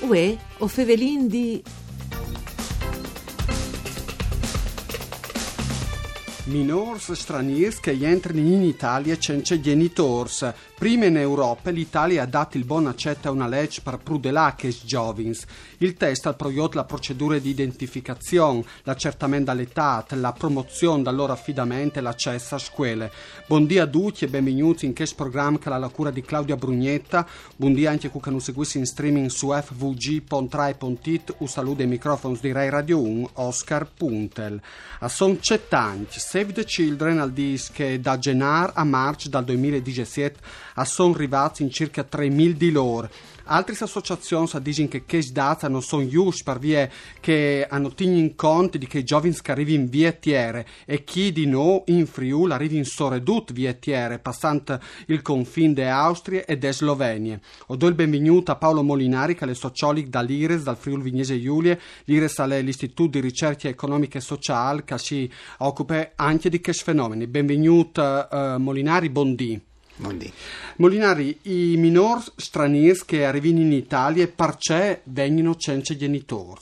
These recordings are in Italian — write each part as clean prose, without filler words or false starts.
Uè, o fevelin di... Minors straniers che entrano in Italia senza genitors. Prima in Europa l'Italia ha dato il buon accetto a una legge per prudelà che giovins. Il test ha proiotto la procedura di identificazione, l'accertamento dall'età, la promozione del loro affidamento e l'accesso a scuole. Buondì a tutti e benvenuti in questo programma che ha la cura di Claudia Brugnetta. Buondì anche a chi non seguisce in streaming su fvg.rai.it. Un saluto ai microfoni di Rai Radio 1, Oscar Puntel. A son cettanti, Save the Children al dis che da gennaio a marzo del 2017 a son arrivati in circa 3.000 di loro. Altre associazioni dicono che queste dati non sono giuste per via che hanno tenuto in conto di che i giovani che arrivano in viettiere e chi di noi in Friuli arriva in soredut viettiere passando il confine di Austria e di Slovenia. Ho do il benvenuto a Paolo Molinari che è sociologo dall'IRES, dal Friuli Vignese Giulia. L'IRES è l'Istituto di Ricerca Economica e Sociale che si occupa anche di questi fenomeni. Benvenuto Molinari, buondì. Buondì. Molinari, i minori stranieri che arrivano in Italia perché vengono senza genitori?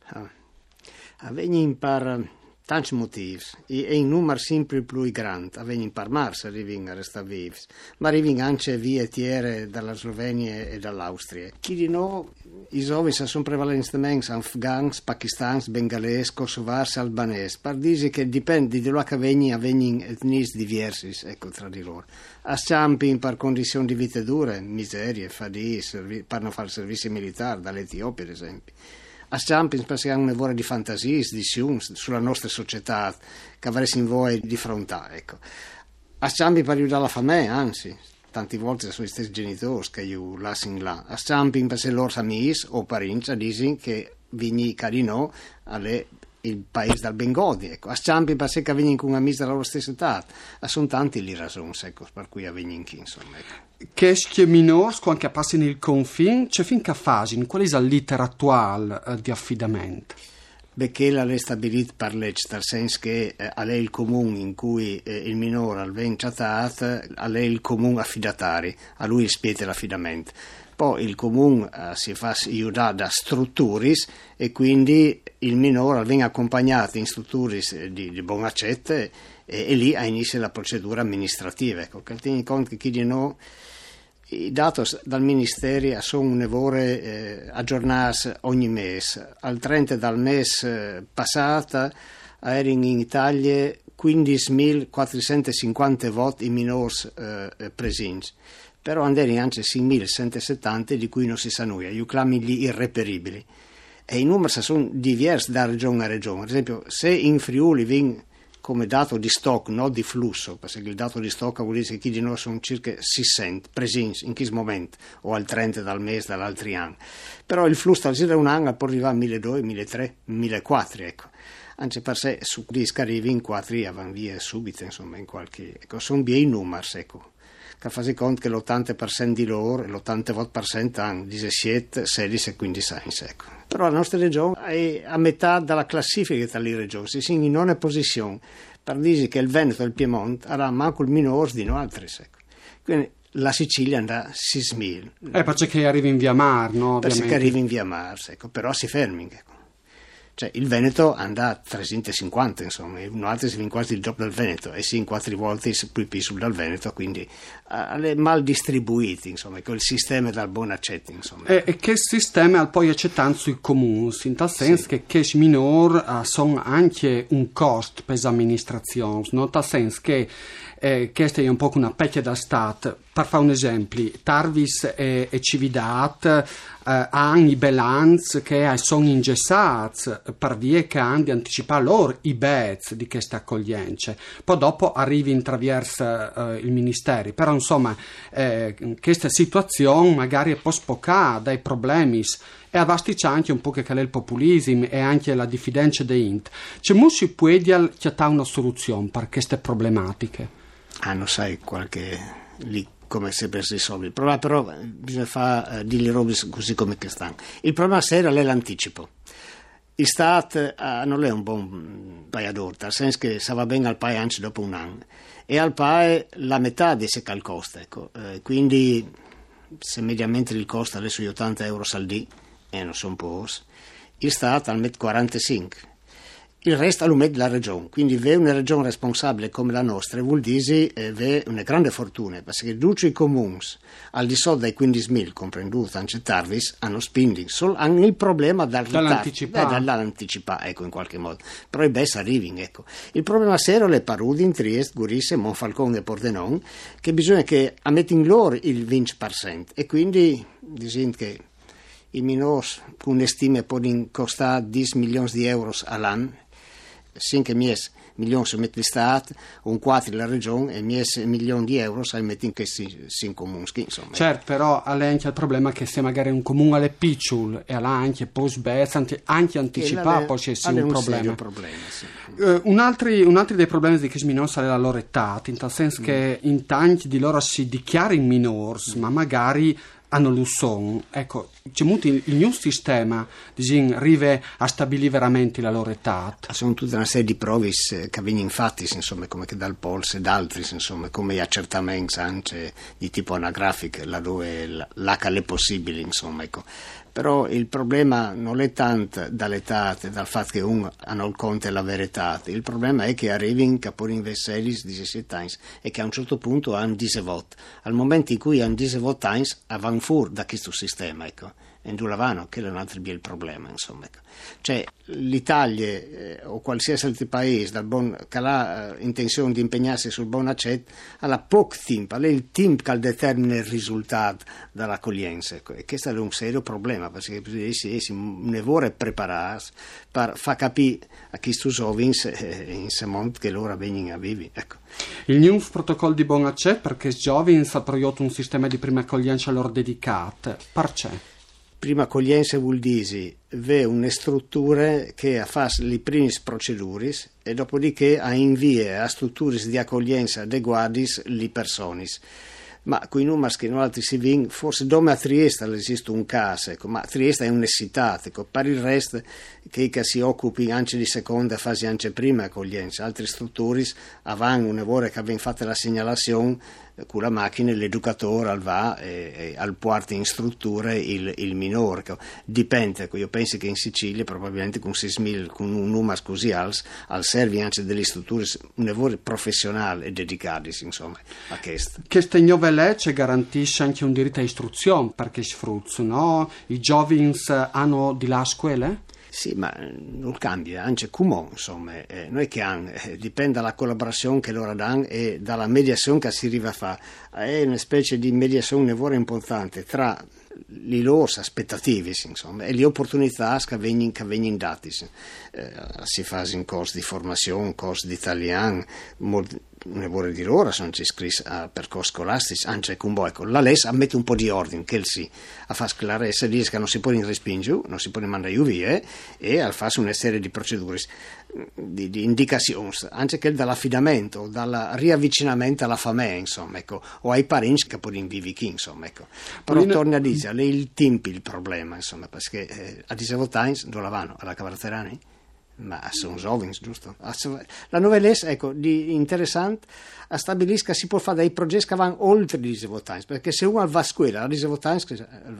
Vengono per tanti motivi e in numero sempre più grande. Vengono per mars, arrivano a restare vivi, ma arrivano anche via tiere dalla Slovenia e dall'Austria. Chi di noi, i giovani sono prevalentemente afghani, pakistani, bengalesi, kosovari, albanesi. Per dire che dipende da quello che vengono etnie diverse, ecco, tra di loro. A camping per condizioni di vita dure, miserie, fadì, per non fare servizi militari, dall'Etiopia ad esempio. A camping perché hanno un'evora di fantasie, di visioni sulla nostra società che avresti in voi di affrontare, ecco. A camping per aiutare la famiglia, anzi, tante volte sono i stessi genitori che io lasciano là. A camping perché loro amici o parenti dicono che vigni carino alle il paese dal Bengodi, ecco. A camping perché vengono con amici della loro stessa età. Sono tanti le ragioni, ecco, per cui vengono qui, insomma, ecco. Che minori, quando passano il confine, c'è fin che fanno? Qual è l'iter attuale di affidamento? Perché la è stabilita per legge, nel senso che è il comune in cui il minore viene trattato, è il comune affidatario, a lui spiete l'affidamento. Poi il comune si fa aiutare da strutture e quindi il minore viene accompagnato in strutture di buon accetto e lì inizia la procedura amministrativa. Ecco, che tieni conto che chi di noi i dati dal Ministero sono un'evore aggiornati ogni mese. Al 30 del mese passato erano in Italia 15.450 voti i minori presenti, però andavano anche 6.170 di cui non si sa nulla, io clami gli irreperibili. E i numeri sono diversi da regione a regione. Ad esempio, se in Friuli viene come dato di stock, non di flusso, perché il dato di stock vuol dire che chi di noi sono circa 600 presenti in questo momento, o al 30 dal mese dall'altro anno. Però il flusso da un anno può arrivare a 1.200, 1.300, 1.400, ecco. Anche per sé, su cui arrivi in 4 vanno via subito, insomma, in qualche... Ecco, sono bei numeri, ecco. Che fate conto che l'80% di loro, l'80% hanno 17, 16 e 15 anni, ecco. Però la nostra regione è a metà della classifica tra le regioni, si sono in nona posizione, per dire che il Veneto e il Piemonte avranno manco il minore di noi altri, ecco. Quindi la Sicilia andrà a 6.000. Perché arriva in via Mar, no? Perché arriva in via Mar, ecco, però si fermi, ecco. Cioè il Veneto andrà a 350, insomma, un altro si viene quasi il doppio del Veneto e si in 4 volte più più dal Veneto, quindi mal distribuiti, insomma, con il sistema dal buon accetto, insomma. E che sistema poi accettando sui comuni, in tal senso che i minori sono anche un costo per l'amministrazione, no? In tal senso che questa è un po' una pecchia da Stato. Per fare un esempio, Tarvis e Cividat hanno i bilanci che sono ingessati per via che hanno di anticipare loro i bezzi di queste accoglienze. Poi dopo arrivi attraverso il Ministero. Però insomma, questa situazione magari è un po' spoccata dai problemi e avvastica anche un po' che è il populismo e anche la diffidenza dei int. C'è si può dire che c'è una soluzione per queste problematiche? Non sai qualche lì come sempre si risolve il problema, però bisogna fare delle robe così come che stanno. Il problema serio è l'anticipo. Il Stato non è un buon paiador, nel senso che se va bene al paese anche dopo un anno e al paese la metà di se costa, ecco. Quindi se mediamente il costa adesso gli 80 euro al dì e non sono pochi, il Stato al met 45. Il resto lo mette la regione, quindi ve una regione responsabile come la nostra vuol dire ve una grande fortuna, perché tutti i comuni al di sotto dai 15.000, comprenduto anche Tarvis, hanno spending, solo hanno il problema dall'anticipare, ecco, in qualche modo, però i best arriving, ecco. Il problema serio è le Parudi in Trieste, Gurisse, Monfalcone e Pordenone, che bisogna che ammettino loro il 20%, e quindi diciamo che i minori con le stime possono costare 10 milioni di euro all'anno, 5 milioni si mette il Stato, un 4 la regione e 10 milioni di euro si mette in questi 5 comuni. Insomma. Certo, però anche il problema è che se magari un comune alle piccole e anche post anche anticipare poi c'è un problema. Sì. Un altro dei problemi di che minori è la loro età, in tal senso che in tanti di loro si dichiarano minori, ma magari hanno l'usson. Ecco, c'è molto il nuovo sistema arriva a stabilire veramente la loro età. Sono tutta una serie di prove che vengono fatte, insomma, come che dal polso ed altri, insomma, come gli accertamenti anche di tipo anagrafico, laddove l'H è possibile, insomma, ecco. Però il problema non è tanto dall'età, dal fatto che uno hanno il conto e la verità. Il problema è che arrivano a porre in vesselis 17 anni e che a un certo punto hanno 10 voti. Al momento in cui hanno 10 voti vanno fuori da questo sistema, ecco. E non lavano, che è un altro il problema, insomma, ecco. Cioè l'Italia o qualsiasi altro paese che ha intenzione di impegnarsi sul buon accetto ha poco tempo, è il tempo che determina il risultato dell'accoglienza, ecco. E questo è un serio problema, perché si ne vuole preparare per far capire a questi giovani in questo mondo che loro vengono a vivere, ecco. Il nuovo protocollo di buon accetto perché i giovani ha prodotto un sistema di prima accoglienza loro dedicato, perché? Prima accoglienza vuol dire avere una struttura che fa le prime procedure e dopodiché invia a strutture di accoglienza adeguate le persone. Ma con i numeri che noi altri si vengono, forse dove a Trieste esiste un caso, ecco, ma Trieste è un'essità, ecco, per il resto che si occupi anche di seconda fase, anche prima accoglienza, altre strutture avranno una volta che abbiamo fatto la segnalazione con la macchina, l'educatore va e al porta in struttura il minore, ecco. Dipende, ecco, io penso che in Sicilia probabilmente con 6.000, con un numero così alto, al serve anche delle strutture una volta professionali e dedicate, insomma, a questo. Questa nuova legge garantisce anche un diritto a istruzione perché sfruttano, no? I giovani hanno di là a scuole? Sì, ma non cambia, anche come, insomma, noi che hanno, dipende dalla collaborazione che loro danno e dalla mediazione che si arriva a fare. È una specie di mediazione importante tra le loro aspettative, insomma, e le opportunità che vengono date. Si fa in corso di formazione, corso di italiano, ne vuole dire ora sono iscritti a percorsi scolastici, anche con voi, ecco, la legge mette un po' di ordine, che sì, a far sclarire, dice che non si può respingere, non si può mandare via e a fare una serie di procedure, di indicazioni, anche che dall'affidamento, dal riavvicinamento alla famiglia, insomma, ecco, o ai parenti che possono vivere qui, insomma, ecco. Però torna a dire, è il tempo il problema, insomma, perché a 18 anni dove vanno alla Cavaterani? Ma sono giovani, giusto? La nuova legge, ecco, di interessante, stabilisca si può fare dei progetti che vanno oltre i 18 anni, perché se uno va a scuola a 18 anni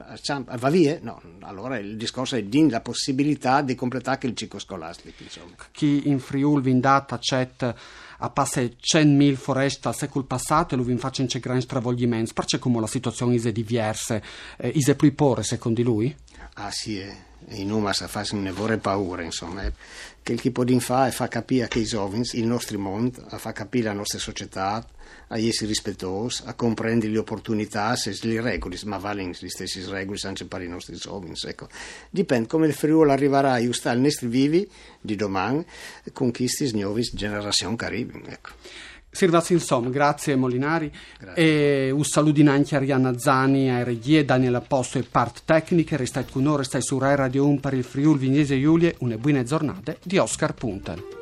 va via, no, allora il discorso è di la possibilità di completare il ciclo scolastico, insomma. Chi in Friuli Vindata accetta a passare 100.000 foreste al secolo passato e lo vi faccio in grandi stravolgimenti, perché come la situazione è diversa, è più porre secondo lui? Ah sì, i numeri fanno una vera paura, insomma. Che il che può fare è far capire che i giovani, il nostro mondo, a far capire la nostra società, a essere rispettosi, a comprendere le opportunità, se le regole, ma valgono le stesse regole anche per i nostri giovani. Ecco. Dipende come il Friuli arriverà a stare nei nostri vivi di domani con queste nuove generazioni che arrivano. Ecco. Sirvazzi insomma, grazie Molinari. Grazie. E un saluto anche a Arianna Zani, a regie, Daniela Posto e part tecniche. Restate con noi, restate su Rai Radio 1 per il Friuli Vignese Giulie. Una buona giornata di Oscar Punta.